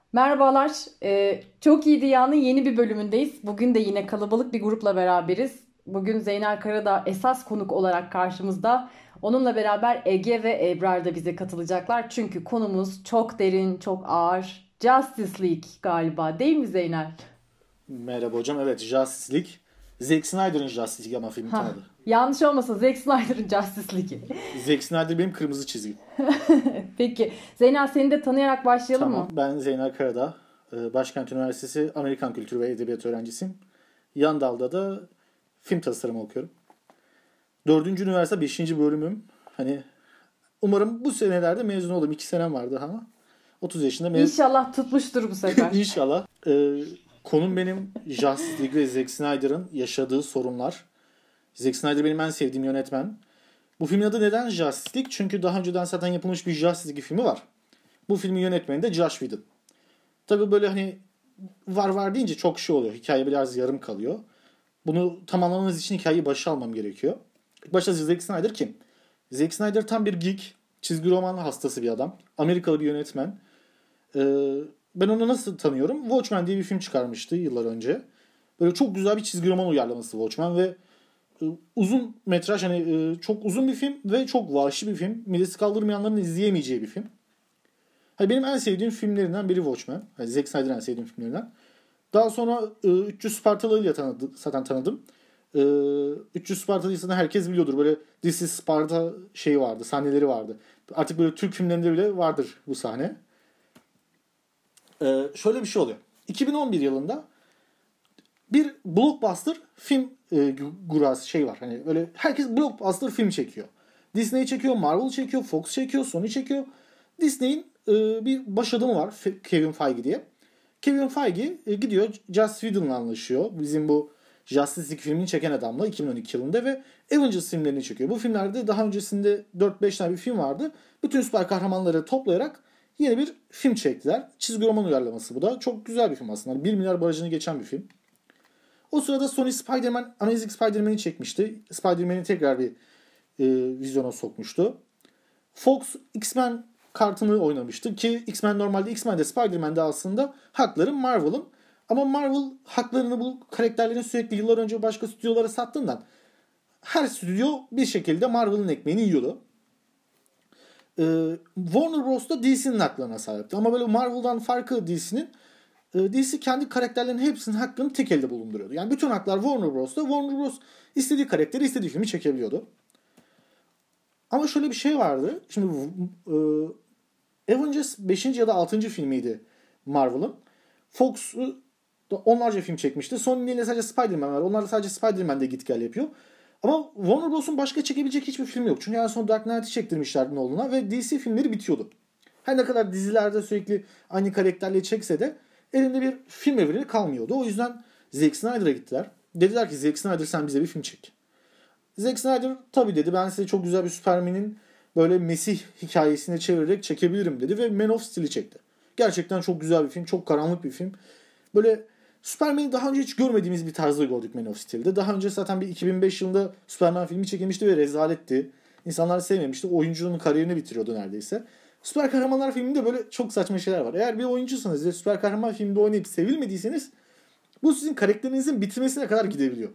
Merhabalar. Çok iyi Diya'nın yeni bir bölümündeyiz. Bugün de yine kalabalık bir grupla beraberiz. Bugün Zeynel Karadağ esas konuk olarak karşımızda. Onunla beraber Ege ve Ebrar da bize katılacaklar. Çünkü konumuz çok derin, çok ağır. Justice League galiba, değil mi Zeynel? Merhaba hocam. Evet, Justice League. Zack Snyder'ın Justice League ama filmin Hah, adı. yanlış olmasın, Zack Snyder'ın Justice League'i. Zack Snyder benim kırmızı çizgim. Peki, Zeynel seni de tanıyarak başlayalım Tamam. mı? Ben Zeynel Karadağ. Başkent Üniversitesi Amerikan Kültürü ve Edebiyatı öğrencisiyim. Yan dalda da film tasarımı okuyorum. Dördüncü üniversite beşinci bölümüm. Hani umarım bu senelerde mezun olurum. 2 senem vardı ama. 30 yaşında mezun. İnşallah tutmuştur bu sefer. İnşallah. Konum benim Justice League ve Zack Snyder'ın yaşadığı sorunlar. Zack Snyder benim en sevdiğim yönetmen. Bu filmin adı neden Justice League? Çünkü daha önceden zaten yapılmış bir Justice League filmi var. Bu filmin yönetmeni de Joss Whedon. Tabii böyle hani var deyince çok şey oluyor. Hikaye biraz yarım kalıyor. Bunu tamamlamamız için hikayeyi başa almam gerekiyor. İlk başta Zack Snyder kim? Zack Snyder tam bir geek. Çizgi roman hastası bir adam. Amerikalı bir yönetmen. Ee, Ben onu nasıl tanıyorum? Watchmen diye bir film çıkarmıştı yıllar önce. Böyle çok güzel bir çizgi roman uyarlaması Watchmen ve uzun metraj hani çok uzun bir film ve çok vahşi bir film. Midesi kaldırmayanların izleyemeyeceği bir film. Hani benim en sevdiğim filmlerinden biri Watchmen. Hani Zack Snyder'ın en sevdiğim filmlerinden. Daha sonra 300 Spartalı ile zaten tanıdım. 300 Spartalı'yı zaten herkes biliyordur. Böyle This is Sparta şeyi vardı, sahneleri vardı. Artık böyle Türk filmlerinde bile vardır bu sahne. Şöyle bir şey oluyor. 2011 yılında bir blockbuster film gurası şey var. Hani öyle herkes blockbuster film çekiyor. Disney çekiyor, Marvel çekiyor, Fox çekiyor, Sony çekiyor. Disney'in bir baş adamı var Kevin Feige diye. Kevin Feige gidiyor Joss Whedon'la anlaşıyor. Bizim bu Justice League filmini çeken adamla 2012 yılında ve Avengers filmlerini çekiyor. Bu filmlerde daha öncesinde 4-5 tane bir film vardı. Bütün süper kahramanları toplayarak yeni bir film çektiler. Çizgi roman uyarlaması bu da. Çok güzel bir film aslında. 1 milyar barajını geçen bir film. O sırada Sony Spider-Man, Amazing Spider-Man'i çekmişti. Spider-Man'i tekrar bir vizyona sokmuştu. Fox X-Men kartını oynamıştı ki X-Men normalde X-Men'de Spider-Man'de aslında hakları Marvel'ın. Ama Marvel haklarını bu karakterlerin sürekli yıllar önce başka stüdyolara sattığından her stüdyo bir şekilde Marvel'ın ekmeğini yiyordu. Warner Bros. Da DC'nin haklarına sahipti. Ama böyle Marvel'dan farkı DC'nin DC kendi karakterlerinin hepsinin hakkını tek elde bulunduruyordu. Yani bütün haklar Warner Bros'ta. Warner Bros. istediği karakteri istediği filmi çekebiliyordu. Ama şöyle bir şey vardı. Şimdi Avengers 5. ya da 6. filmiydi Marvel'ın. Fox da onlarca film çekmişti. Sony'nin elinde sadece Spider-Man var. Onlar da sadece Spider-Man'de git gel yapıyor. Ama Warner Bros'un başka çekebilecek hiçbir film yok. Çünkü en son Dark Knight'ı çektirmişlerdi Nolan'a ve DC filmleri bitiyordu. Her ne kadar dizilerde sürekli aynı karakterleri çekse de elinde bir film evreni kalmıyordu. O yüzden Zack Snyder'a gittiler. Dediler ki Zack Snyder sen bize bir film çek. Zack Snyder tabii dedi ben size çok güzel bir Superman'in böyle Mesih hikayesine çevirerek çekebilirim dedi ve Man of Steel'i çekti. Gerçekten çok güzel bir film, çok karanlık bir film. Böyle Superman'i daha önce hiç görmediğimiz bir tarzda gördük Man of Steel'de. Daha önce zaten bir 2005 yılında Superman filmi çekilmişti ve rezaletti. İnsanlar sevmemişti. Oyuncunun kariyerini bitiriyordu neredeyse. Süper kahramanlar filminde böyle çok saçma şeyler var. Eğer bir oyuncusanız ve süper kahraman filminde oynayıp sevilmediyseniz bu sizin karakterinizin bitirmesine kadar gidebiliyor.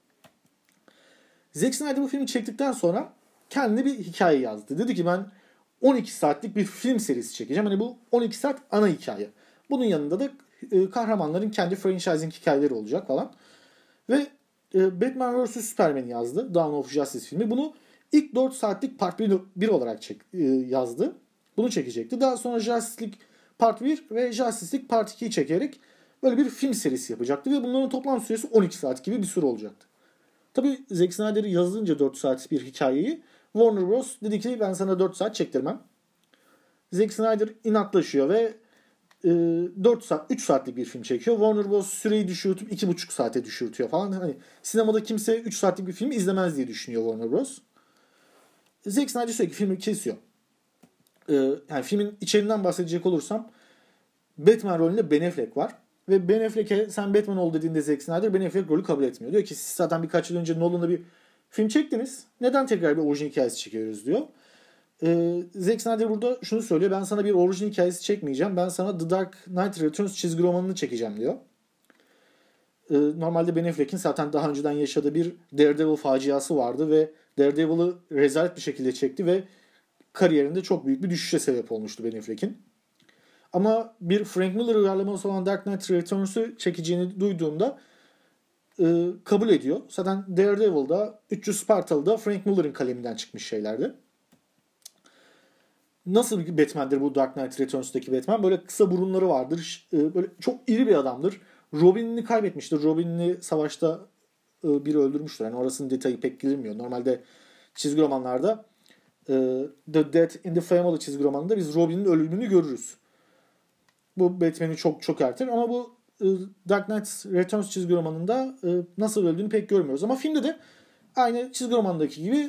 Zack Snyder bu filmi çektikten sonra kendine bir hikaye yazdı. Dedi ki ben 12 saatlik bir film serisi çekeceğim. Hani bu 12 saat ana hikaye. Bunun yanında da kahramanların kendi franchising hikayeleri olacak falan. Ve Batman vs. Superman yazdı. Dawn of Justice filmi. Bunu ilk 4 saatlik Part 1 olarak yazdı. Bunu çekecekti. Daha sonra Justice League Part 1 ve Justice League Part 2'yi çekerek böyle bir film serisi yapacaktı. Ve bunların toplam süresi 12 saat gibi bir süre olacaktı. Tabii Zack Snyder'i yazınca 4 saat bir hikayeyi Warner Bros. Dedi ki ben sana 4 saat çektirmem. Zack Snyder inatlaşıyor ve 4 saat, 3 saatlik bir film çekiyor. Warner Bros. Süreyi düşürtüp 2,5 saate düşürtüyor falan. Hani sinemada kimse 3 saatlik bir filmi izlemez diye düşünüyor Warner Bros. Zack Snyder sürekli filmi kesiyor. Yani filmin içeriğinden bahsedecek olursam Batman rolünde Ben Affleck var. Ve Ben Affleck'e sen Batman ol dediğinde Zack Snyder Ben Affleck rolü kabul etmiyor. Diyor ki siz zaten birkaç yıl önce Nolan'la bir film çektiniz. Neden tekrar bir orijinal hikayesi çekiyoruz diyor. Zack Snyder burada şunu söylüyor. Ben sana bir orijin hikayesi çekmeyeceğim. Ben sana The Dark Knight Returns çizgi romanını çekeceğim diyor. Normalde Ben Affleck'in zaten daha önceden yaşadığı bir Daredevil faciası vardı ve Daredevil'ı rezalet bir şekilde çekti ve kariyerinde çok büyük bir düşüşe sebep olmuştu Ben Affleck'in. Ama bir Frank Miller uyarlaması olan Dark Knight Returns'ü çekeceğini duyduğunda kabul ediyor. Zaten Daredevil'da 300 Spartalı'da Frank Miller'ın kaleminden çıkmış şeylerdi. Nasıl bir Batman'dir bu Dark Knight Returns'taki Batman? Böyle kısa burunları vardır. Böyle çok iri bir adamdır. Robin'ini kaybetmiştir. Robin'ini savaşta biri öldürmüştür. Yani orasının detayı pek girilmiyor. Normalde çizgi romanlarda The Death in the Family çizgi romanında biz Robin'in ölümünü görürüz. Bu Batman'i çok çok ertir ama bu Dark Knight Returns çizgi romanında nasıl öldüğünü pek görmüyoruz. Ama filmde de aynı çizgi romandaki gibi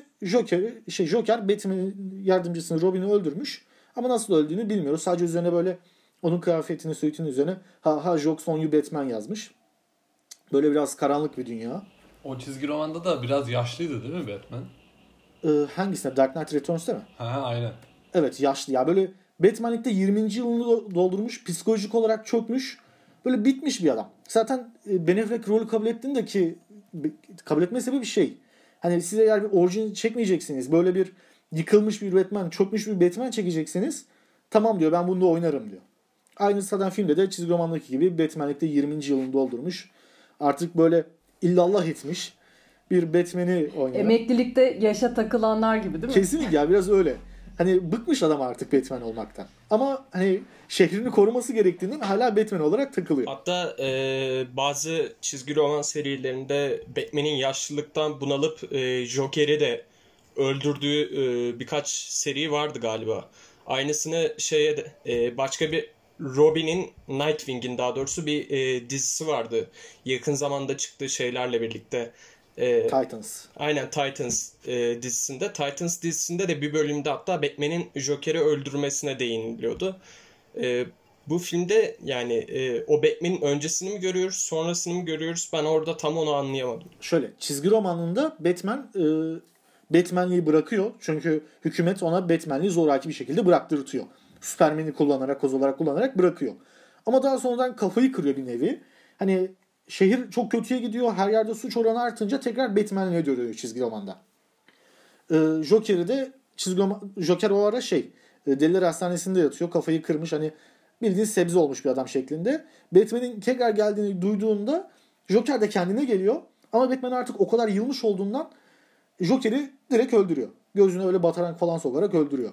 Joker Batman'in yardımcısını Robin'i öldürmüş. Ama nasıl öldüğünü bilmiyoruz. Sadece üzerine böyle onun kıyafetini, suitinin üzerine Jokes on you Batman yazmış. Böyle biraz karanlık bir dünya. O çizgi romanda da biraz yaşlıydı değil mi Batman? Hangisinde? Dark Knight Returns'te mi? Ha aynen. Evet, yaşlı ya, böyle Batman'likte 20. yılını doldurmuş, psikolojik olarak çökmüş, böyle bitmiş bir adam. Zaten Ben Affleck rolü kabul ettiğinde ki kabul etme sebebi bir şey. Hani size eğer bir orijin çekmeyeceksiniz, böyle bir yıkılmış bir Batman, çökmüş bir Batman çekeceksiniz, tamam diyor, ben bunda oynarım diyor. Aynı zaten filmde de çizgi romandaki gibi Batman'likte 20. yılını doldurmuş. Artık böyle illallah etmiş bir Batman'i oynuyor. Emeklilikte yaşa takılanlar gibi değil mi? Kesinlikle ya, biraz öyle. Hani bıkmış adam artık Batman olmaktan. Ama hani şehrini koruması gerektiğinden hala Batman olarak takılıyor. Hatta bazı çizgi roman serilerinde Batman'in yaşlılıktan bunalıp Joker'i de öldürdüğü birkaç seri vardı galiba. Aynısını başka bir Robin'in, Nightwing'in daha doğrusu bir dizisi vardı. Yakın zamanda çıktığı şeylerle birlikte. Titans. Aynen, Titans dizisinde. Titans dizisinde de bir bölümde hatta Batman'in Joker'i öldürmesine değiniliyordu. Bu filmde yani o Batman'in öncesini mi görüyoruz, sonrasını mı görüyoruz? Ben orada tam onu anlayamadım. Şöyle, çizgi romanında Batman Batman'liği bırakıyor. Çünkü hükümet ona Batman'liği zoraki bir şekilde bıraktırtıyor. Superman'i kullanarak, koz olarak kullanarak bırakıyor. Ama daha sonradan kafayı kırıyor bir nevi. Hani şehir çok kötüye gidiyor. Her yerde suç oranı artınca tekrar Batman'liğe dönüyor çizgi romanda. Joker'i de Joker o ara Deliler Hastanesi'nde yatıyor. Kafayı kırmış, hani bildiğin sebze olmuş bir adam şeklinde. Batman'in tekrar geldiğini duyduğunda Joker de kendine geliyor. Ama Batman artık o kadar yılmış olduğundan Joker'i direkt öldürüyor. Gözüne öyle batarak falan sokarak öldürüyor.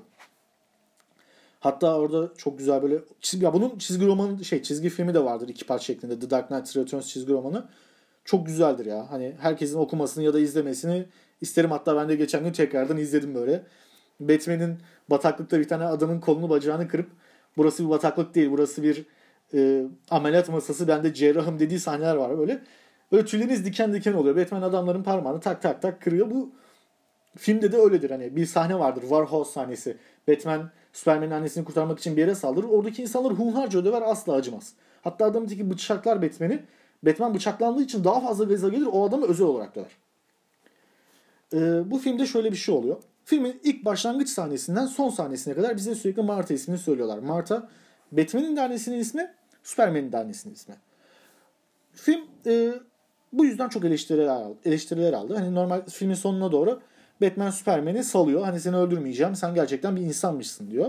Hatta orada çok güzel böyle bunun çizgi romanı çizgi filmi de vardır 2 part şeklinde. The Dark Knight Returns çizgi romanı. Çok güzeldir ya. Hani herkesin okumasını ya da izlemesini isterim. Hatta ben de geçen gün tekrardan izledim böyle. Batman'in bataklıkta bir tane adamın kolunu bacağını kırıp burası bir bataklık değil, burası bir ameliyat masası, ben de cerrahım dediği sahneler var böyle. Böyle tüyleriniz diken diken oluyor. Batman adamların parmağını tak tak tak kırıyor. Bu filmde de öyledir. Hani bir sahne vardır. Warhol sahnesi. Batman Superman'in annesini kurtarmak için bir yere saldırır. Oradaki insanları hunharca döver, asla acımaz. Hatta adamın teki bıçaklar Batman'i. Batman bıçaklandığı için daha fazla gaza gelir. O adamı özel olarak döver. Bu filmde şöyle bir şey oluyor. Filmin ilk başlangıç sahnesinden son sahnesine kadar bize sürekli Martha ismini söylüyorlar. Martha, Batman'in de annesinin ismi, Superman'in de annesinin ismi. Film bu yüzden çok eleştiriler aldı. Hani normal filmin sonuna doğru Batman Superman'i salıyor. Hani seni öldürmeyeceğim, sen gerçekten bir insanmışsın diyor.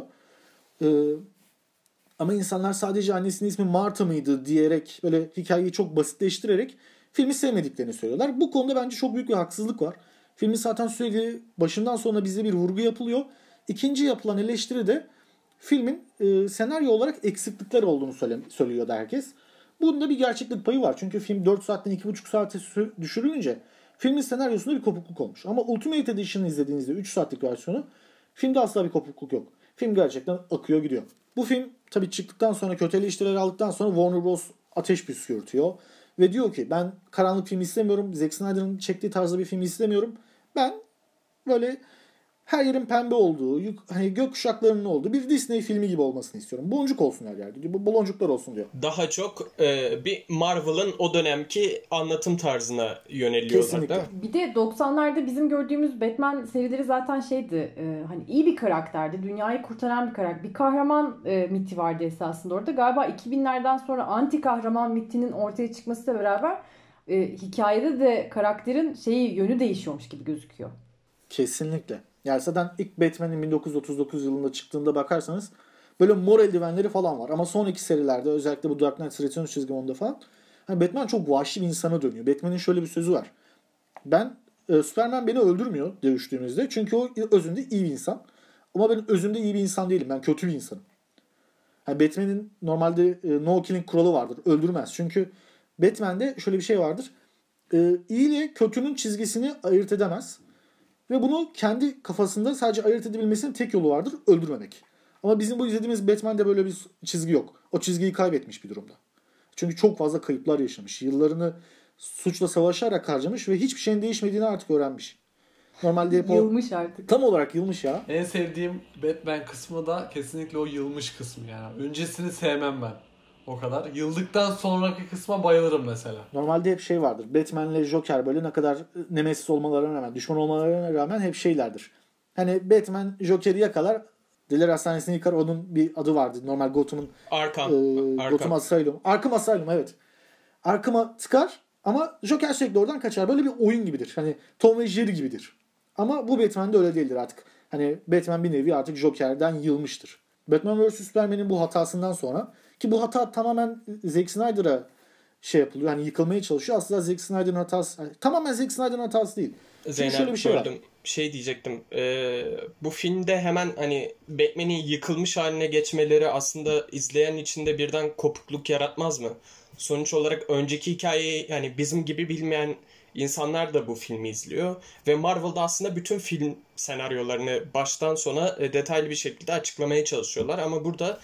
Ama insanlar sadece annesinin ismi Martha mıydı diyerek, böyle hikayeyi çok basitleştirerek filmi sevmediklerini söylüyorlar. Bu konuda bence çok büyük bir haksızlık var. Filmin zaten sürekli başından sonuna bize bir vurgu yapılıyor. İkinci yapılan eleştiri de filmin senaryo olarak eksiklikler olduğunu söylüyordu herkes. Bunda bir gerçeklik payı var. Çünkü film 4 saatten 2,5 saate düşürülünce filmin senaryosunda bir kopukluk olmuş. Ama Ultimate Edition'ı izlediğinizde 3 saatlik versiyonu, filmde asla bir kopukluk yok. Film gerçekten akıyor gidiyor. Bu film tabii çıktıktan sonra, kötü eleştiriler aldıktan sonra Warner Bros. Ateş püskürtüyor. Ve diyor ki ben karanlık film istemiyorum. Zack Snyder'ın çektiği tarzda bir film istemiyorum. Ben böyle Her yerin pembe olduğu, hani gökkuşaklarının olduğu bir Disney filmi gibi olmasını istiyorum. Boncuk olsun her yerde. Bu baloncuklar olsun diyor. Daha çok bir Marvel'ın o dönemki anlatım tarzına yöneliyorlar Kesinlikle. da. Bir de 90'larda bizim gördüğümüz Batman serileri zaten şeydi. Hani iyi bir karakterdi. Dünyayı kurtaran bir karakter. Bir kahraman miti vardı esasında orada. Galiba 2000'lerden sonra anti kahraman mitinin ortaya çıkmasıyla beraber hikayede de karakterin yönü değişiyormuş gibi gözüküyor. Kesinlikle. Yani zaten ilk Batman'in 1939 yılında çıktığında bakarsanız böyle mor eldivenleri falan var. Ama sonraki serilerde özellikle bu Dark Knight Returns çizgi romanında falan hani Batman çok vahşi bir insana dönüyor. Batman'in şöyle bir sözü var. Superman beni öldürmüyor dövüştüğümüzde. Çünkü o özünde iyi bir insan. Ama ben özümde iyi bir insan değilim. Ben kötü bir insanım. Yani Batman'in normalde no killing kuralı vardır. Öldürmez. Çünkü Batman'de şöyle bir şey vardır. İyi ile kötünün çizgisini ayırt edemez. Ve bunu kendi kafasında sadece ayırt edebilmesinin tek yolu vardır. Öldürmemek. Ama bizim bu izlediğimiz Batman'de böyle bir çizgi yok. O çizgiyi kaybetmiş bir durumda. Çünkü çok fazla kayıplar yaşamış. Yıllarını suçla savaşarak harcamış ve hiçbir şeyin değişmediğini artık öğrenmiş. Normalde hep Yılmış artık. tam olarak yılmış ya. En sevdiğim Batman kısmı da kesinlikle o yılmış kısmı yani. Öncesini sevmem ben. O kadar. Yıldıktan sonraki kısma bayılırım mesela. Normalde hep şey vardır. Batman ile Joker böyle ne kadar nemesis olmalarına rağmen, düşman olmalarına rağmen hep şeylerdir. Hani Batman Joker'i yakalar, Deliler Hastanesi'ni yıkar. Onun bir adı vardı. Normal Gotham'ın Gotham Asylum. Arkham Asylum, evet. Arkham'a tıkar ama Joker sürekli oradan kaçar. Böyle bir oyun gibidir. Hani Tom ve Jerry gibidir. Ama bu Batman'de öyle değildir artık. Hani Batman bir nevi artık Joker'den yılmıştır. Batman vs Superman'in bu hatasından sonra, ki bu hata tamamen Zack Snyder'a yapılıyor. Hani yıkılmaya çalışıyor. Aslında Zack Snyder'ın hatası. Yani tamamen Zack Snyder'ın hatası değil. Zeynep, şöyle bir şey var. Şey diyecektim. Bu filmde hemen hani Batman'in yıkılmış haline geçmeleri aslında izleyen içinde birden kopukluk yaratmaz mı? Sonuç olarak önceki hikayeyi yani bizim gibi bilmeyen insanlar da bu filmi izliyor. Ve Marvel'da aslında bütün film senaryolarını baştan sona detaylı bir şekilde açıklamaya çalışıyorlar. Ama burada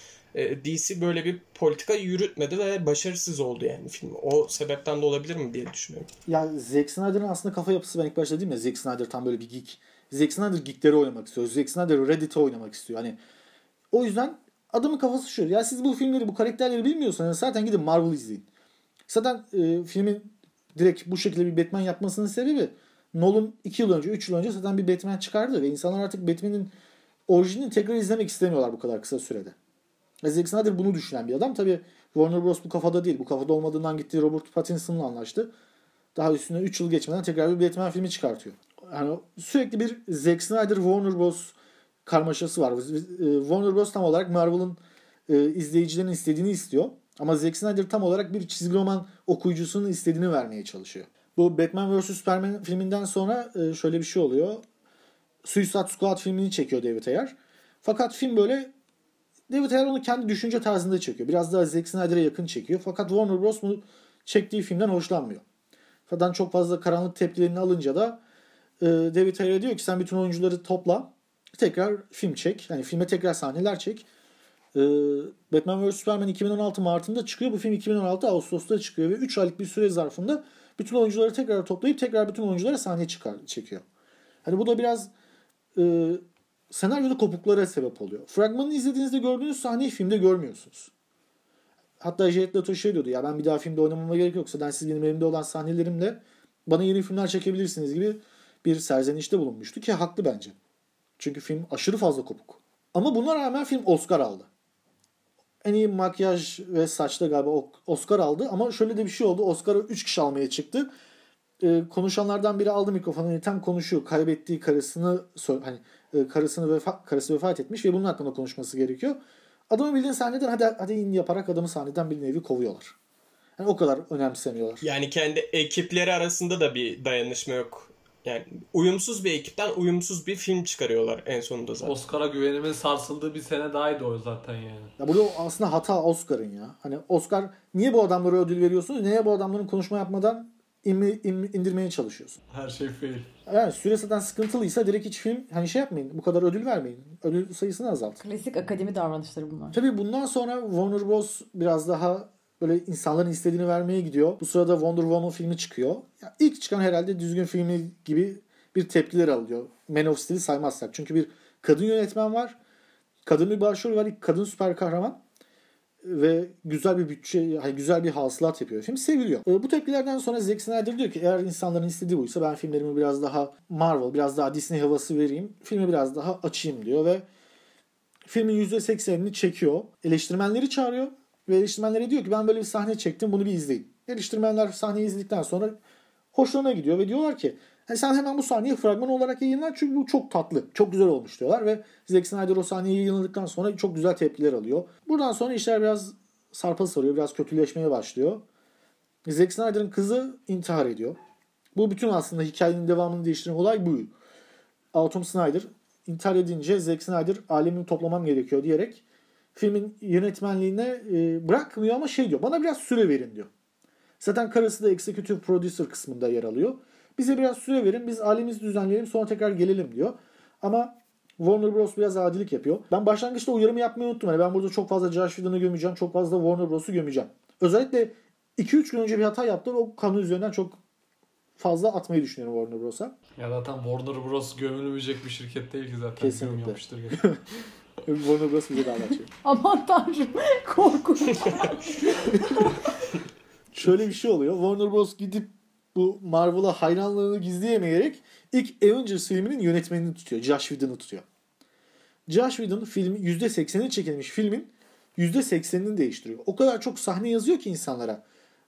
DC böyle bir politika yürütmedi ve başarısız oldu yani film. O sebepten de olabilir mi diye düşünüyorum. Ya Zack Snyder'ın aslında kafa yapısı, ben ilk başta dedim ya, Zack Snyder tam böyle bir geek. Zack Snyder geekleri oynamak istiyor. Zack Snyder Reddit'e oynamak istiyor. Hani o yüzden adamın kafası şu. Ya siz bu filmleri, bu karakterleri bilmiyorsanız zaten gidin Marvel izleyin. Zaten filmin direkt bu şekilde bir Batman yapmasının sebebi, Nolan 2 yıl önce, 3 yıl önce zaten bir Batman çıkardı ve insanlar artık Batman'in orijinini tekrar izlemek istemiyorlar bu kadar kısa sürede. Zack Snyder bunu düşünen bir adam. Tabii Warner Bros. Bu kafada değil. Bu kafada olmadığından gitti Robert Pattinson'la anlaştı. Daha üstüne 3 yıl geçmeden tekrar bir Batman filmi çıkartıyor. Yani sürekli bir Zack Snyder Warner Bros. Karmaşası var. Warner Bros. Tam olarak Marvel'ın izleyicilerin istediğini istiyor. Ama Zack Snyder tam olarak bir çizgi roman okuyucusunun istediğini vermeye çalışıyor. Bu Batman vs Superman filminden sonra şöyle bir şey oluyor. Suicide Squad filmini çekiyor David Ayer. Fakat film böyle, David Ayer onu kendi düşünce tarzında çekiyor. Biraz daha Zack Snyder'e yakın çekiyor. Fakat Warner Bros. Bunu çektiği filmden hoşlanmıyor. Fakat çok fazla karanlık tepkilerini alınca da David Ayer'e diyor ki sen bütün oyuncuları topla. Tekrar film çek. Yani filme tekrar sahneler çek. Batman vs Superman 2016 Mart'ında çıkıyor. Bu film 2016 Ağustos'ta çıkıyor. Ve 3 aylık bir süre zarfında bütün oyuncuları tekrar toplayıp tekrar bütün oyunculara sahne çekiyor. Hani bu da biraz senaryoda kopuklara sebep oluyor. Fragmanını izlediğinizde gördüğünüz sahneyi filmde görmüyorsunuz. Hatta Jared Leto şey diyordu ya, ben bir daha filmde oynamama gerek yok. Zaten siz benim elimde olan sahnelerimle bana yeni filmler çekebilirsiniz gibi bir serzenişte bulunmuştu ki haklı bence. Çünkü film aşırı fazla kopuk. Ama buna rağmen film Oscar aldı. En iyi makyaj ve saçta galiba Oscar aldı. Ama şöyle de bir şey oldu. Oscar'ı 3 kişi almaya çıktı. Konuşanlardan biri aldı mikrofonu. Tam konuşuyor. Kaybettiği karısını, hani karısı vefat etmiş ve bunun hakkında konuşması gerekiyor. Adamı bildiğin sahneden hadi in yaparak adamı sahneden bir nevi kovuyorlar. Yani o kadar önemsemiyorlar. Yani kendi ekipleri arasında da bir dayanışma yok. Yani uyumsuz bir ekipten uyumsuz bir film çıkarıyorlar en sonunda zaten. Oscar'a güvenimin sarsıldığı bir sene dahaydı o zaten yani. Ya burada aslında hata Oscar'ın ya. Hani Oscar, niye bu adamlara ödül veriyorsunuz? Niye bu adamların konuşma yapmadan indirmeye çalışıyorsun? Her şey fail. Yani süre zaten sıkıntılıysa direkt hiç film hani yapmayın. Bu kadar ödül vermeyin. Ödül sayısını azaltın. Klasik akademi davranışları bunlar. Tabii bundan sonra Warner Bros. Biraz daha böyle insanların istediğini vermeye gidiyor. Bu sırada Wonder Woman filmi çıkıyor. Ya ilk çıkan herhalde düzgün filmi gibi bir tepkiler alıyor. Man of Steel'i saymazsak. Çünkü bir kadın yönetmen var. Kadın bir başrol var. İlk kadın süper kahraman. Ve güzel bir bütçe, yani güzel bir hasılat yapıyor. Film seviliyor. Bu tepkilerden sonra Zack Snyder diyor ki eğer insanların istediği buysa ben filmlerimi biraz daha Marvel, biraz daha Disney havası vereyim. Filmi biraz daha açayım diyor ve filmin %80'ini çekiyor. Eleştirmenleri çağırıyor ve eleştirmenlere diyor ki ben böyle bir sahne çektim, bunu bir izleyin. Eleştirmenler sahneyi izledikten sonra hoşlarına gidiyor ve diyorlar ki sen hemen bu sahneyi fragman olarak yayınla çünkü bu çok tatlı, çok güzel olmuş diyorlar ve Zack Snyder o sahneyi yayınladıktan sonra çok güzel tepkiler alıyor. Buradan sonra işler biraz sarpa sarıyor, biraz kötüleşmeye başlıyor. Zack Snyder'ın kızı intihar ediyor. Bu bütün aslında hikayenin devamını değiştiren olay bu. Autumn Snyder intihar edince Zack Snyder alemini toplamam gerekiyor diyerek filmin yönetmenliğine bırakmıyor ama diyor, bana biraz süre verin diyor. Zaten karısı da executive producer kısmında yer alıyor. Bize biraz süre verin, biz ailemizi düzenleyelim, sonra tekrar gelelim diyor. Ama Warner Bros. Biraz adilik yapıyor. Ben başlangıçta uyarımı yapmayı unuttum. Ben burada çok fazla Joss Whedon'ı gömeceğim, çok fazla Warner Bros.'u gömeceğim. Özellikle 2-3 gün önce bir hata yaptı ve o konu üzerinden çok fazla atmayı düşünüyorum Warner Bros'a. Ya zaten Warner Bros. Gömülmeyecek bir şirket değil ki zaten. Kesinlikle. Gömüyormuştur. Warner Bros. Bize daha açıyor. Aman tanrım, korkunç. Şöyle bir şey oluyor. Warner Bros. Gidip bu Marvel'a hayranlığını gizleyemeyerek ilk Avengers filminin yönetmenini tutuyor. Joss Whedon'ı tutuyor. Joss Whedon filmi %80'i çekilmiş filmin %80'ini değiştiriyor. O kadar çok sahne yazıyor ki insanlara.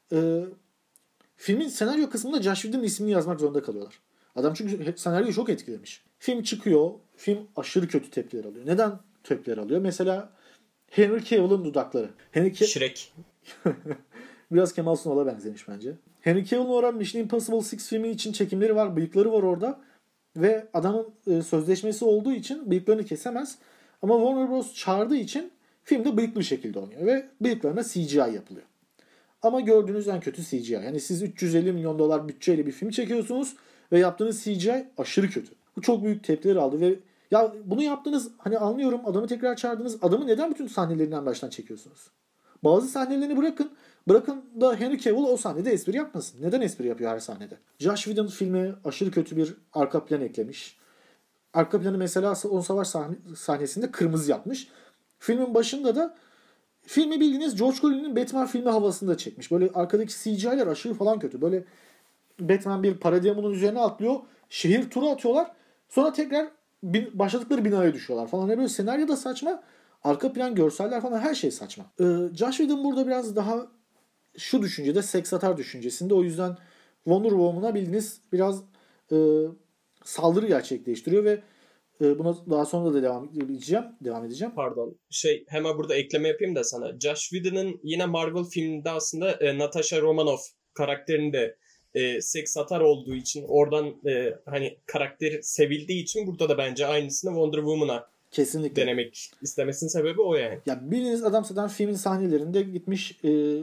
Filmin senaryo kısmında Joss Whedon'ın ismini yazmak zorunda kalıyorlar. Adam çünkü senaryoyu çok etkilemiş. Film çıkıyor. Film aşırı kötü tepkiler alıyor. Neden tepkiler alıyor? Mesela Henry Cavill'ın dudakları. Shrek. Biraz Kemal Sunal'a benzemiş bence. Henry Cavill'ın oran Mission Impossible 6 filmi için çekimleri var. Bıyıkları var orada. Ve adamın sözleşmesi olduğu için bıyıklarını kesemez. Ama Warner Bros. Çağırdığı için filmde bıyıklı bir şekilde oynuyor. Ve bıyıklarına CGI yapılıyor. Ama gördüğünüz en kötü CGI. Yani siz 350 milyon dolar bütçeyle bir film çekiyorsunuz ve yaptığınız CGI aşırı kötü. Bu çok büyük tepkiler aldı ve ya bunu yaptınız, hani anlıyorum, adamı tekrar çağırdınız. Adamı neden bütün sahnelerinden baştan çekiyorsunuz? Bazı sahnelerini bırakın. Bırakın da Henry Cavill o sahnede espri yapmasın. Neden espri yapıyor her sahnede? Joss Whedon filme aşırı kötü bir arka plan eklemiş. Arka planı mesela o savaş sahnesinde kırmızı yapmış. Filmin başında da filmi bildiğiniz George Clooney'nin Batman filmi havasında çekmiş. Böyle arkadaki CGI'ler aşırı falan kötü. Böyle Batman bir paradigmanın üzerine atlıyor. Şehir turu atıyorlar. Sonra tekrar başladıkları binaya düşüyorlar falan. Böyle senaryo da saçma. Arka plan, görseller falan her şey saçma. Joss Whedon burada biraz daha şu düşüncede, seks atar düşüncesinde. O yüzden Wonder Woman'a bildiğiniz biraz saldırı gerçekleştiriyor ve buna daha sonra da devam edeceğim. Pardon. Hemen burada ekleme yapayım da sana. Joss Whedon'ın yine Marvel filminde aslında Natasha Romanoff karakterini de seks atar olduğu için oradan hani karakter sevildiği için burada da bence aynısını Wonder Woman'a kesinlikle denemek istemesinin sebebi o yani. Ya bildiğiniz adam zaten filmin sahnelerinde gitmiş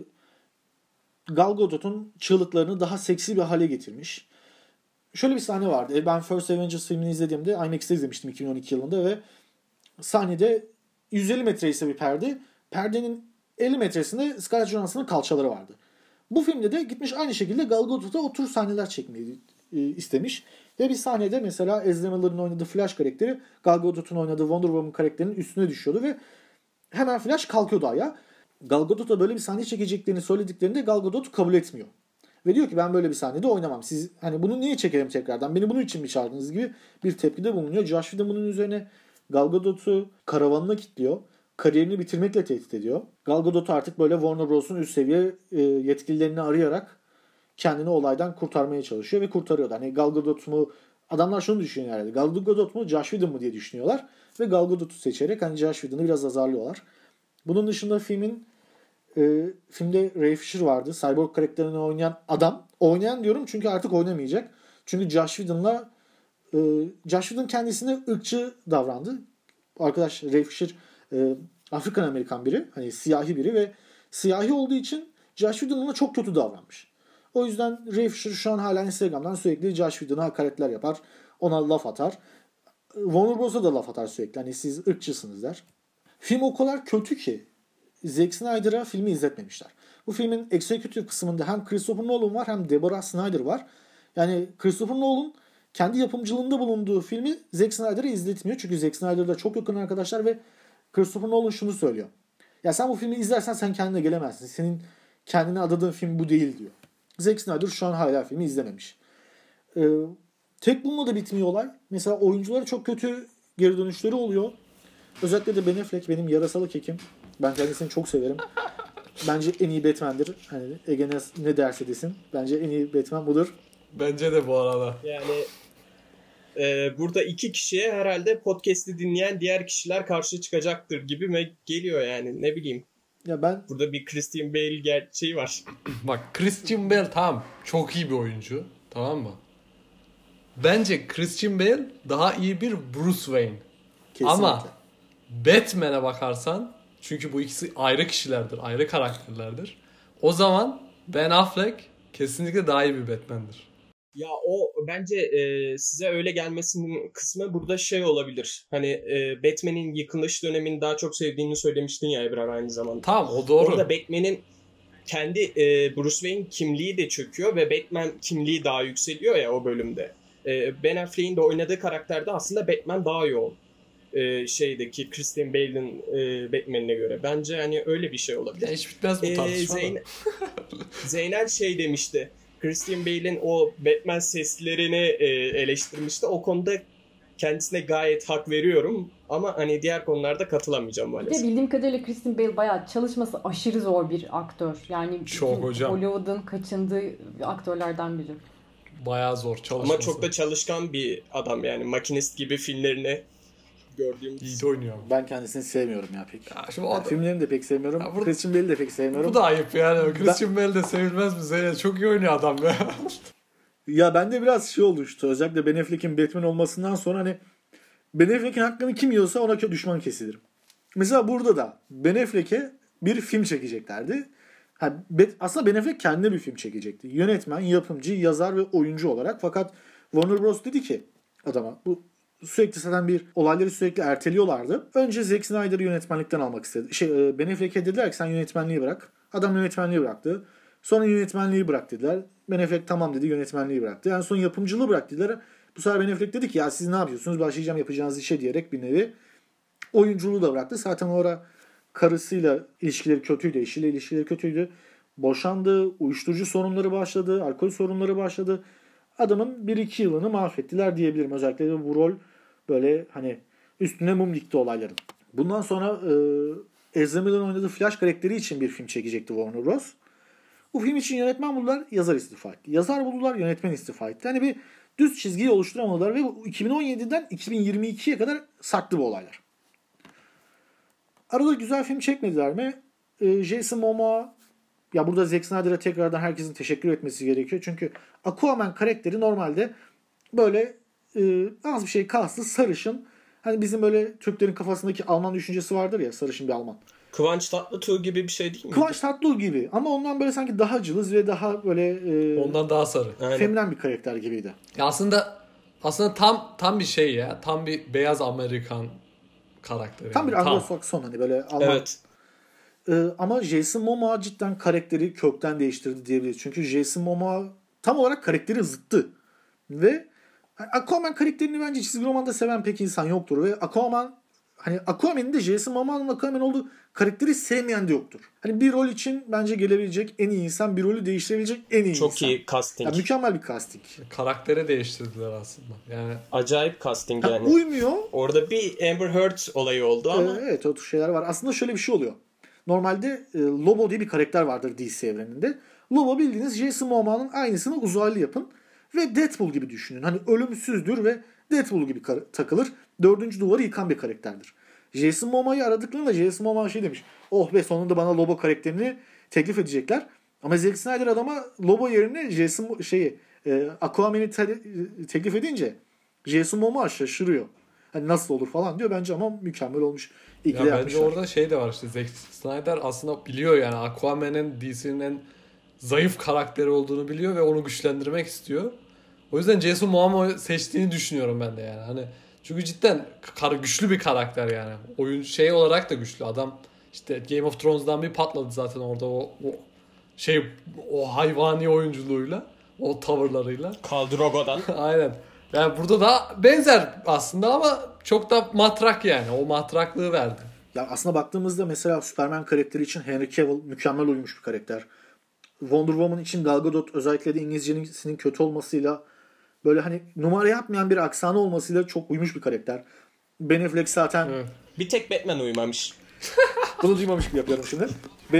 Gal Gadot'un çığlıklarını daha seksi bir hale getirmiş. Şöyle bir sahne vardı. Ben First Avengers filmini izlediğimde IMAX'te izlemiştim 2012 yılında ve sahnede 150 metre ise bir perde. Perdenin 50 metresinde Scarlett Johansson'ın kalçaları vardı. Bu filmde de gitmiş aynı şekilde Gal Gadot'a o tür sahneler çekmeyi istemiş. Ve bir sahnede mesela Ezra Miller'ın oynadığı Flash karakteri Gal Gadot'un oynadığı Wonder Woman karakterinin üstüne düşüyordu ve hemen Flash kalkıyordu ayağa. Gal Gadot'a böyle bir sahne çekeceklerini söylediklerinde Gal Gadot kabul etmiyor. Ve diyor ki ben böyle bir sahnede oynamam. Siz hani bunu niye çekelim tekrardan? Beni bunun için mi çağırdınız gibi bir tepkide bulunuyor. Joss Whedon bunun üzerine Gal Gadot'u karavanına kilitliyor. Kariyerini bitirmekle tehdit ediyor. Gal Gadot artık böyle Warner Bros'un üst seviye yetkililerini arayarak kendini olaydan kurtarmaya çalışıyor ve kurtarıyor. Hani Gal Gadot mu? Adamlar şunu düşünüyor herhalde. Gal Gadot mu? Joss Whedon mu diye düşünüyorlar. Ve Gal Gadot'u seçerek hani Joss Whedon'ı biraz azarlıyorlar. Bunun dışında filmde Ray Fisher vardı. Cyborg karakterini oynayan adam. Oynayan diyorum çünkü artık oynamayacak. Çünkü Joss Whedon kendisine ırkçı davrandı. Arkadaş Ray Fisher Afrikan Amerikan biri. Hani siyahi biri ve siyahi olduğu için Joss Whedon ona çok kötü davranmış. O yüzden Ray Fisher şu an hala Instagram'dan sürekli Joss Whedon'a hakaretler yapar. Ona laf atar. Warner Bros'a da laf atar sürekli. Hani siz ırkçısınız der. Film o kadar kötü ki Zack Snyder'a filmi izletmemişler. Bu filmin executive kısmında hem Christopher Nolan var hem Deborah Snyder var. Yani Christopher Nolan kendi yapımcılığında bulunduğu filmi Zack Snyder'a izletmiyor. Çünkü Zack Snyder'da çok yakın arkadaşlar ve Christopher Nolan şunu söylüyor. Ya sen bu filmi izlersen sen kendine gelemezsin. Senin kendine adadığın film bu değil diyor. Zack Snyder şu an hala filmi izlememiş. Tek bununla da bitmiyor olay. Mesela oyunculara çok kötü geri dönüşleri oluyor. Özellikle de Ben Affleck benim yarasalı kekim. Ben kendisini çok severim. Bence en iyi Batman'dir. Hani Ege ne derse desin. Bence en iyi Batman budur. Bence de bu arada. Yani burada iki kişiye herhalde podcast'i dinleyen diğer kişiler karşı çıkacaktır gibi geliyor yani, ne bileyim. Ya ben Burada bir Christian Bale gerçeği var. Bak Christian Bale tamam çok iyi bir oyuncu. Tamam mı? Bence Christian Bale daha iyi bir Bruce Wayne. kesinlikle. Ama Batman'e bakarsan, çünkü bu ikisi ayrı kişilerdir, ayrı karakterlerdir. O zaman Ben Affleck kesinlikle daha iyi bir Batman'dir. Ya o bence size öyle gelmesinin kısmı burada şey olabilir. Hani Batman'in yıkılış dönemini daha çok sevdiğini söylemiştin ya Ebrar aynı zamanda. Tamam, o doğru. Orada Batman'in kendi Bruce Wayne kimliği de çöküyor ve Batman kimliği daha yükseliyor ya o bölümde. Ben Affleck'in de oynadığı karakterde aslında Batman daha yoğun. Şeydeki Christian Bale'in Batman'ine göre. Bence hani öyle bir şey olabilir. Ya hiç bitmez bu tartışma da. Zeynel şey demişti. Christian Bale'in o Batman seslerini eleştirmişti. O konuda kendisine gayet hak veriyorum. Ama hani diğer konularda katılamayacağım Bir de maalesef. bildiğim kadarıyla Christian Bale bayağı çalışması aşırı zor bir aktör. Yani Çok bütün hocam. Hollywood'un kaçındığı aktörlerden biri. Bayağı zor çalışması. Ama çok da çalışkan bir adam yani. Makinist gibi filmlerini gördüğümüz. iyi de oynuyor. Ben kendisini sevmiyorum ya pek. Ya şimdi o, Filmlerini de pek sevmiyorum. Ya burada- Christian Bale'i de pek sevmiyorum. bu da ayıp yani. Christian Bale de sevilmez mi Zeynep? Çok iyi oynuyor adam ya. Ya bende biraz şey oluştu. Özellikle Ben Affleck'in Batman olmasından sonra hani Ben Affleck'in hakkını kim yiyorsa ona düşman kesilir. Mesela burada da Ben Affleck'e bir film çekeceklerdi. Aslında Ben Affleck kendine bir film çekecekti. Yönetmen, yapımcı, yazar ve oyuncu olarak. Fakat Warner Bros. Dedi ki adama, bu sürekli zaten olayları sürekli erteliyorlardı. Önce Zack Snyder'ı yönetmenlikten almak istedi. Ben Affleck'e dediler ki sen yönetmenliği bırak. Adam yönetmenliği bıraktı. Sonra yönetmenliği bırak dediler. Ben Affleck tamam dedi, yönetmenliği bıraktı. Yani sonra yapımcılığı bırak dediler. Bu sefer Ben Affleck dedi ki ya siz ne yapıyorsunuz? Başlayacağım yapacağınız işe diyerek bir nevi oyunculuğu da bıraktı. Zaten orada karısıyla ilişkileri kötüydü. Eşiyle ilişkileri kötüydü. Boşandı. Uyuşturucu sorunları başladı. Alkol sorunları başladı. Adamın 1-2 yılını mahvettiler diyebilirim. Özellikle de bu rol böyle hani üstüne mum dikti olayların. Bundan sonra Ezra Miller'ın oynadığı Flash karakteri için bir film çekecekti Warner Bros. Bu film için yönetmen buldular, yazar istifa etti. Yazar buldular, yönetmen istifa etti. Yani bir düz çizgiyi oluşturamadılar ve bu 2017'den 2022'ye kadar sarktı bu olaylar. Arada güzel film çekmediler mi? Jason Momoa, ya burada Zack Snyder'a tekrardan herkesin teşekkür etmesi gerekiyor. Çünkü Aquaman karakteri normalde böyle az bir şey kaslı, sarışın. Hani bizim böyle Türklerin kafasındaki Alman düşüncesi vardır ya, sarışın bir Alman. Kıvanç Tatlıtuğ gibi bir şey değil mi? Kıvanç Tatlıtuğ gibi ama ondan böyle sanki daha cılız ve daha böyle Ondan daha sarı. Aynen. feminen bir karakter gibiydi. Ya aslında tam bir şey ya. Tam bir beyaz Amerikan karakteri. Tam bir yani. Anglo-Sakson hani böyle Alman. Evet. Ama Jason Momoa cidden karakteri kökten değiştirdi diyebiliriz. Çünkü Jason Momoa tam olarak karakterin zıttı. Ve Aquaman karakterini bence çizgi romanda seven pek insan yoktur. Ve Aquaman'in de Jason Momoa'nın Aquaman olduğu karakteri sevmeyen de yoktur. Hani bir rol için bence gelebilecek en iyi insan, bir rolü değiştirebilecek en iyi Çok insan. iyi casting. Yani mükemmel bir casting. Karakteri değiştirdiler aslında. Yani Acayip casting yani. Uymuyor. Orada bir Amber Heard olayı oldu ama Evet, o tür şeyler var. Aslında şöyle bir şey oluyor. Normalde Lobo diye bir karakter vardır DC evreninde. Lobo bildiğiniz Jason Momoa'nın aynısını uzaylı yapın. Ve Deadpool gibi düşünün. Hani ölümsüzdür ve Deadpool gibi takılır. Dördüncü duvarı yıkan bir karakterdir. Jason Momoa'yı aradıklarında Jason Momoa şey demiş. Oh be, sonunda bana Lobo karakterini teklif edecekler. Ama Zack Snyder adama Lobo yerine Aquaman'i teklif edince Jason Momoa şaşırıyor. Hani nasıl olur falan diyor. Bence ama mükemmel olmuş. İyi ki de bence yapmışlar. orada şey de var işte. Zack Snyder aslında biliyor yani Aquaman'in DC'nin en zayıf karakteri olduğunu biliyor ve onu güçlendirmek istiyor. O yüzden Jason Momoa'yı seçtiğini düşünüyorum ben de yani. Hani çünkü cidden güçlü bir karakter yani. Oyun olarak da güçlü. Adam işte Game of Thrones'dan bir patladı zaten orada o hayvani oyunculuğuyla, o tavırlarıyla. Khal Drogo'dan. Aynen. Yani burada da benzer aslında ama çok da matrak yani. O matraklığı verdi. Ya aslında baktığımızda mesela Superman karakteri için Henry Cavill mükemmel uymuş bir karakter. Wonder Woman için Gal Gadot özellikle de İngilizcenin kötü olmasıyla böyle hani numara yapmayan bir aksanı olmasıyla çok uymuş bir karakter. Ben Affleck zaten Bir tek Batman uymamış. bunu duymamış gibi yapıyorum şimdi.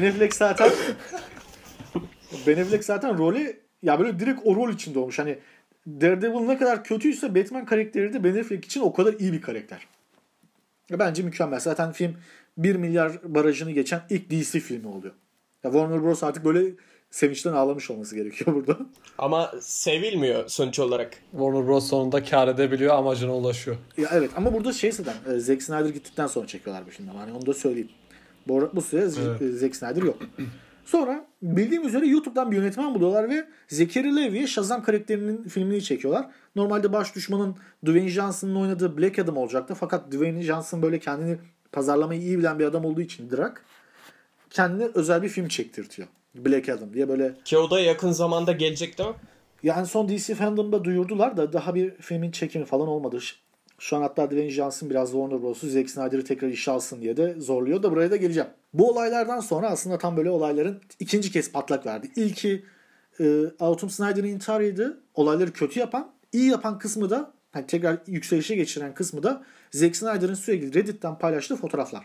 Ben Affleck zaten rolü ya böyle direkt o rol içinde olmuş. Hani Daredevil ne kadar kötüyse Batman karakteri de Ben Affleck için o kadar iyi bir karakter. Bence mükemmel. Zaten film 1 milyar barajını geçen ilk DC filmi oluyor. Ya Warner Bros artık böyle sevinçten ağlamış olması gerekiyor burada. Ama sevilmiyor sonuç olarak. Warner Bros. Sonunda kar edebiliyor, amacına ulaşıyor. Ya evet ama burada zaten Zack Snyder gittikten sonra çekiyorlar bu filmi. Hani onu da söyleyeyim. Bu süre Zack Snyder yok. Sonra bildiğim üzere YouTube'dan bir yönetmen buluyorlar ve Zachary Levi'ye Shazam karakterinin filmini çekiyorlar. Normalde baş düşmanın Dwayne Johnson'ın oynadığı Black Adam olacaktı. Fakat Dwayne Johnson böyle kendini pazarlamayı iyi bilen bir adam olduğu için Drak kendine özel bir film çektirtiyor. Black Adam diye böyle. Ki o da yakın zamanda gelecek değil mi? Yani son DC Fandom'da duyurdular da daha bir filmin çekimi falan olmadı. Şu an hatta Dwayne Johnson biraz Warner Bros'u Zack Snyder'ı tekrar işe alsın diye de zorluyor da buraya da geleceğim. Bu olaylardan sonra aslında tam böyle olayların ikinci kez patlak verdi. İlki Autumn Snyder'ın intiharıydı. Olayları kötü yapan, iyi yapan kısmı da hani tekrar yükselişe geçiren kısmı da Zack Snyder'ın sürekli Reddit'ten paylaştığı fotoğraflar.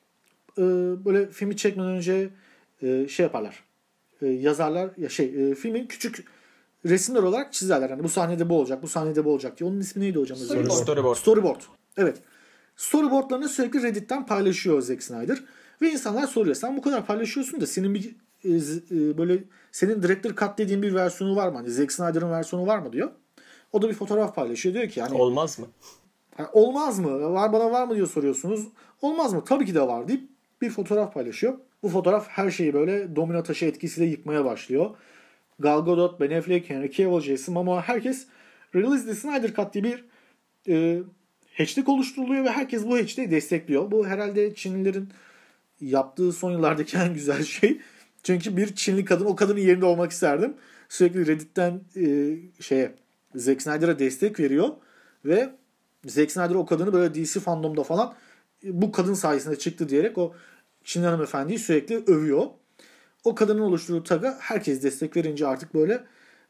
Böyle filmi çekmeden önce şey yaparlar. Yazarlar ya filmin küçük resimler olarak çizerler. Hani bu sahnede bu olacak, bu sahnede bu olacak diye. Onun ismi neydi hocam? Storyboard. Evet. Storyboardlarını sürekli Reddit'ten paylaşıyor Zack Snyder. Ve insanlar soruyor. Sen bu kadar paylaşıyorsun da senin bir böyle senin Director Cut dediğin bir versiyonu var mı? Hani Zack Snyder'ın versiyonu var mı diyor. O da bir fotoğraf paylaşıyor. Diyor ki hani olmaz mı? Olmaz mı? Bana var mı diyor soruyorsunuz. Olmaz mı? Tabii ki de var deyip bir fotoğraf paylaşıyor. Bu fotoğraf her şeyi böyle domino taşı etkisiyle yıkmaya başlıyor. Gal Gadot, Ben Affleck, Henry Cavill, Jason Momoa herkes Release the Snyder Cut diye bir hashtag oluşturuluyor ve herkes bu hashtag'i destekliyor. Bu herhalde Çinlilerin yaptığı son yıllardaki en güzel şey. Çünkü bir Çinli kadın o kadının yerinde olmak isterdim. Sürekli Reddit'ten Zack Snyder'a destek veriyor ve Zack Snyder o kadını böyle DC fandomda falan bu kadın sayesinde çıktı diyerek o Çinli hanımefendiyi sürekli övüyor. O kadının oluşturduğu tag'a herkes destek verince artık böyle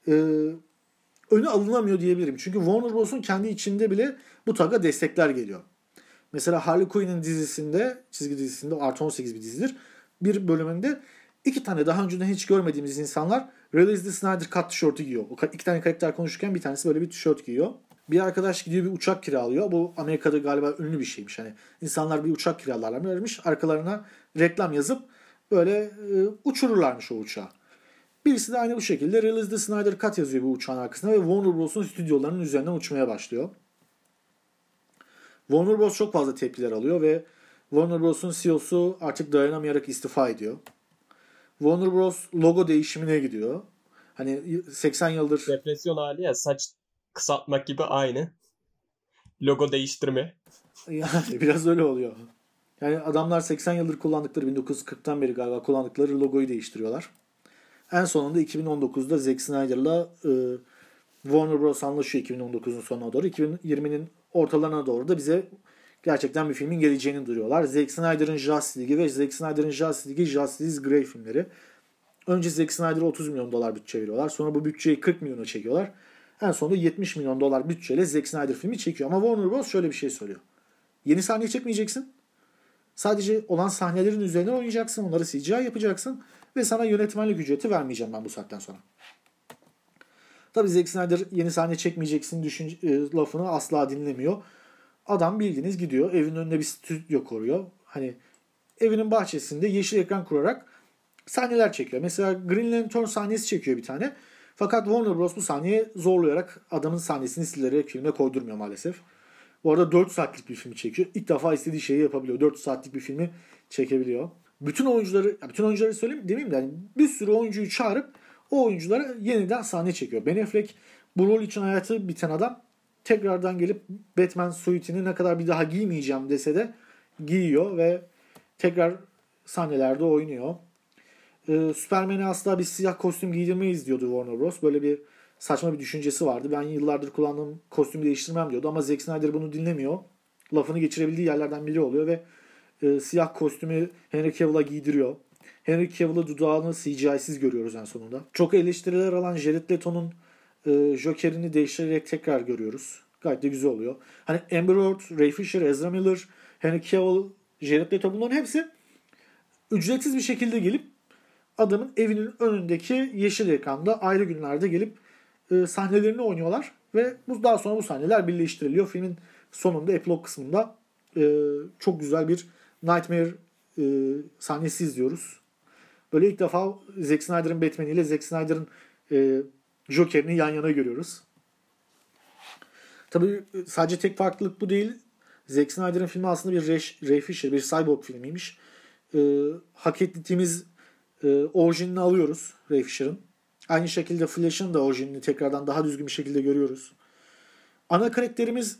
önü alınamıyor diyebilirim. Çünkü Warner Bros'un kendi içinde bile bu tag'a destekler geliyor. Mesela Harley Quinn'in çizgi dizisinde artı 18 bir dizidir. Bir bölümünde iki tane daha önceden hiç görmediğimiz insanlar Release the Snyder Cut tişörtü giyiyor. O iki tane karakter konuşurken bir tanesi böyle bir tişört giyiyor. Bir arkadaş gidiyor bir uçak kiralıyor. Bu Amerika'da galiba ünlü bir şeymiş. Hani insanlar bir uçak kiralarlarmış. Arkalarına reklam yazıp böyle uçururlarmış o uçağı. Birisi de aynı bu şekilde Release the Snyder Cut yazıyor bu uçağın arkasına ve Warner Bros'un stüdyolarının üzerinden uçmaya başlıyor. Warner Bros çok fazla tepkiler alıyor ve Warner Bros'un CEO'su artık dayanamayarak istifa ediyor. Warner Bros logo değişimine gidiyor. Hani 80 yıldır... Depresyon hali ya, saç kısaltmak gibi aynı. Logo değiştirme. Yani biraz öyle oluyor. Yani adamlar 80 yıldır kullandıkları 1940'tan beri galiba kullandıkları logoyu değiştiriyorlar. En sonunda 2019'da Zack Snyder'la Warner Bros anlaşıyor 2019'un sonuna doğru. 2020'nin ortalarına doğru da bize gerçekten bir filmin geleceğini duyuruyorlar. Zack Snyder'ın Justice League ve Zack Snyder'ın Justice League, Justice Grey filmleri. Önce Zack Snyder'a 30 milyon dolar bütçe veriyorlar. Sonra bu bütçeyi 40 milyona çekiyorlar. En sonunda 70 milyon dolar bütçeyle Zack Snyder filmi çekiyor. Ama Warner Bros şöyle bir şey söylüyor. Yeni sahne çekmeyeceksin. Sadece olan sahnelerin üzerine oynayacaksın. Onları CGI yapacaksın. Ve sana yönetmenlik ücreti vermeyeceğim ben bu saatten sonra. Tabii Zack Snyder yeni sahne çekmeyeceksin lafını asla dinlemiyor. Adam bildiğiniz gidiyor. Evin önünde bir stüdyo kuruyor. Hani evinin bahçesinde yeşil ekran kurarak sahneler çekiyor. Mesela Green Lantern sahnesi çekiyor bir tane. Fakat Warner Bros. Bu sahneyi zorlayarak adamın sahnesini silerek filme koydurmuyor maalesef. Bu arada 4 saatlik bir film çekiyor. İlk defa istediği şeyi yapabiliyor. 4 saatlik bir filmi çekebiliyor. Bütün oyuncuları söyleyeyim demeyeyim de yani bir sürü oyuncuyu çağırıp o oyunculara yeniden sahne çekiyor. Ben Affleck bu rol için hayatı biten adam tekrardan gelip Batman suitini ne kadar bir daha giymeyeceğim dese de giyiyor ve tekrar sahnelerde oynuyor. Superman'e asla bir siyah kostüm giydirmeyiz diyordu Warner Bros. Böyle bir saçma bir düşüncesi vardı. Ben yıllardır kullandığım kostümü değiştirmem diyordu ama Zack Snyder bunu dinlemiyor. Lafını geçirebildiği yerlerden biri oluyor ve siyah kostümü Henry Cavill'a giydiriyor. Henry Cavill'ı dudağını CGI'siz görüyoruz en sonunda. Çok eleştiriler alan Jared Leto'nun Joker'ini değiştirerek tekrar görüyoruz. Gayet de güzel oluyor. Hani Amber Heard, Ray Fisher, Ezra Miller, Henry Cavill, Jared Leto, bunların hepsi ücretsiz bir şekilde gelip adamın evinin önündeki yeşil ekranda ayrı günlerde gelip sahnelerini oynuyorlar ve daha sonra bu sahneler birleştiriliyor. Filmin sonunda, epilog kısmında çok güzel bir Nightmare sahnesi izliyoruz. Böyle ilk defa Zack Snyder'ın Batman'i ile Zack Snyder'ın Joker'ini yan yana görüyoruz. Tabii sadece tek farklılık bu değil. Zack Snyder'ın filmi aslında bir Ray Fisher, bir cyborg filmiymiş. Hak ettiğimiz orijinini alıyoruz Ray Fisher'ın. Aynı şekilde Flash'ın da orijinini tekrardan daha düzgün bir şekilde görüyoruz. Ana karakterimiz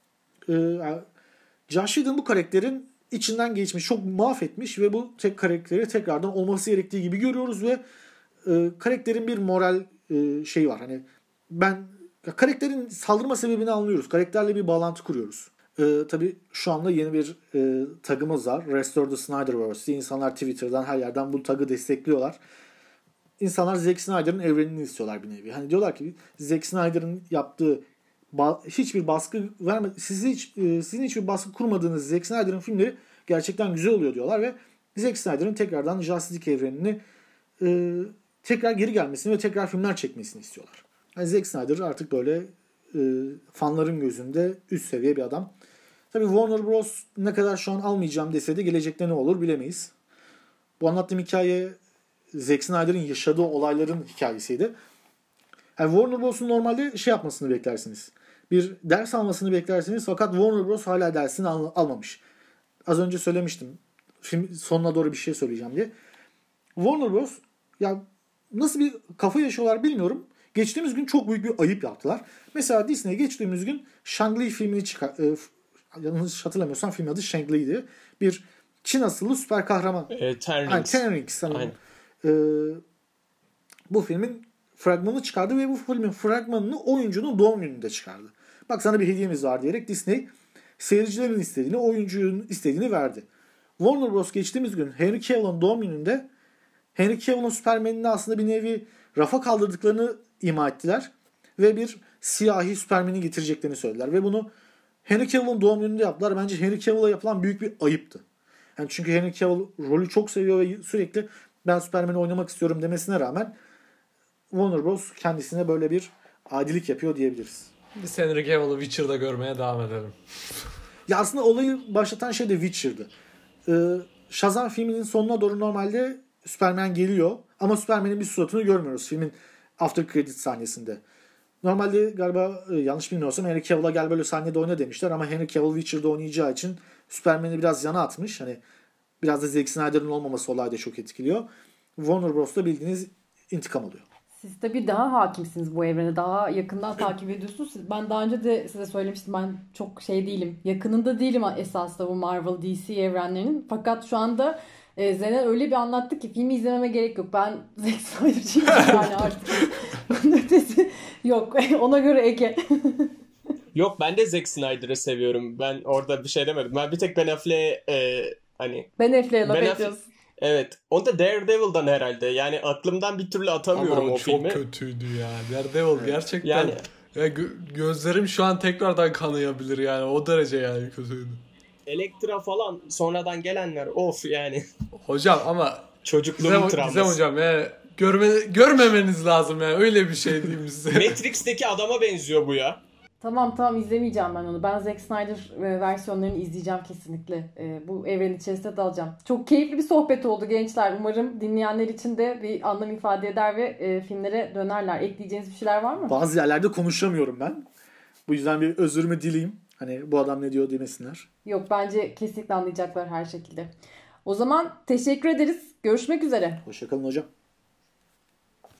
Josh Whedon bu karakterin içinden geçmiş, çok mahvetmiş ve bu tek karakteri tekrardan olması gerektiği gibi görüyoruz ve karakterin bir moral şeyi var. Hani karakterin saldırma sebebini anlıyoruz. Karakterle bir bağlantı kuruyoruz. Tabii şu anda yeni bir tagımız var. Restore the Snyderverse diye. İnsanlar Twitter'dan her yerden bu tagı destekliyorlar. İnsanlar Zack Snyder'ın evrenini istiyorlar bir nevi. Hani diyorlar ki Zack Snyder'ın yaptığı hiçbir baskı vermedi. Sizin hiçbir baskı kurmadığınız Zack Snyder'ın filmleri gerçekten güzel oluyor diyorlar ve Zack Snyder'ın tekrardan Justice League evrenini tekrar geri gelmesini ve tekrar filmler çekmesini istiyorlar. Yani Zack Snyder artık böyle fanların gözünde üst seviye bir adam. Tabii Warner Bros. Ne kadar şu an almayacağım dese de gelecekte ne olur bilemeyiz. Bu anlattığım hikaye Zack Snyder'ın yaşadığı olayların hikayesiydi. Yani Warner Bros'un normalde şey yapmasını beklersiniz. Bir ders almasını beklersiniz fakat Warner Bros. Hala dersini almamış. Az önce söylemiştim. Film sonuna doğru bir şey söyleyeceğim diye. Warner Bros. Ya nasıl bir kafa yaşıyorlar bilmiyorum. Geçtiğimiz gün çok büyük bir ayıp yaptılar. Mesela Disney geçtiğimiz gün Shang-Chi filmini yanlış hatırlamıyorsam filmin adı Shang-Chi'ydi. Bir Çin asıllı süper kahraman. Ten Rings. Bu filmin fragmanını çıkardı ve bu filmin fragmanını oyuncunun doğum gününde çıkardı. Bak sana bir hediyemiz var diyerek Disney seyircilerin istediğini, oyuncunun istediğini verdi. Warner Bros. Geçtiğimiz gün Henry Cavill'ın doğum gününde Henry Cavill'ın Superman'ini aslında bir nevi rafa kaldırdıklarını ima ettiler ve bir siyahi Superman'i getireceklerini söylediler ve bunu Henry Cavill'ın doğum gününde yaptılar. Bence Henry Cavill'a yapılan büyük bir ayıptı. Yani çünkü Henry Cavill rolü çok seviyor ve sürekli ben Superman'i oynamak istiyorum demesine rağmen Warner Bros. Kendisine böyle bir adilik yapıyor diyebiliriz. Biz Henry Cavill'ı Witcher'da görmeye devam edelim. Ya aslında olayı başlatan şey de Witcher'dı. Shazam filminin sonuna doğru normalde Superman geliyor ama Superman'in bir suratını görmüyoruz filmin after credits sahnesinde. Normalde galiba yanlış bilmiyorsam Henry Cavill'a gel böyle sahnede oyna demişler ama Henry Cavill Witcher'da oynayacağı için Superman'i biraz yana atmış. Hani biraz da Zack Snyder'ın olmaması olayda çok etkiliyor. Warner Bros'ta bildiğiniz intikam oluyor. Siz tabii daha hakimsiniz bu evrene. Daha yakından takip ediyorsunuz. Ben daha önce de size söylemiştim. Ben çok şey değilim. Yakınında değilim esasında bu Marvel DC evrenlerinin. Fakat şu anda Zeynep öyle bir anlattı ki filmi izlememe gerek yok. Ben Zack Snyder'cıyım yani artık. Bunun ötesi yok. Ona göre Ege. Yok, ben de Zack Snyder'ı seviyorum. Ben orada bir şey demedim. Ben bir tek Ben Affleck'e Ben Affleck'e laf ediyorsun. Evet. O da Daredevil'dan herhalde. Yani aklımdan bir türlü atamıyorum ama o filmi. çok kötüydü ya. Daredevil gerçekten. Yani ya gözlerim şu an tekrardan kanayabilir yani. O derece yani kötüydü. Elektra falan sonradan gelenler of yani. Hocam ama çocukluğum travması. Gizem hocam yani görmemeniz lazım yani. Öyle bir şey diyeyim size. Matrix'teki adama benziyor bu ya. Tamam izlemeyeceğim ben onu. Ben Zack Snyder versiyonlarını izleyeceğim kesinlikle. Bu evren içerisinde dalacağım. Çok keyifli bir sohbet oldu gençler. Umarım dinleyenler için de bir anlam ifade eder ve filmlere dönerler. Ekleyeceğiniz bir şeyler var mı? Bazı yerlerde konuşamıyorum ben. Bu yüzden bir özürümü dileyim. Hani bu adam ne diyor demesinler. Yok, bence kesinlikle anlayacaklar her şekilde. O zaman teşekkür ederiz. Görüşmek üzere. Hoşçakalın hocam.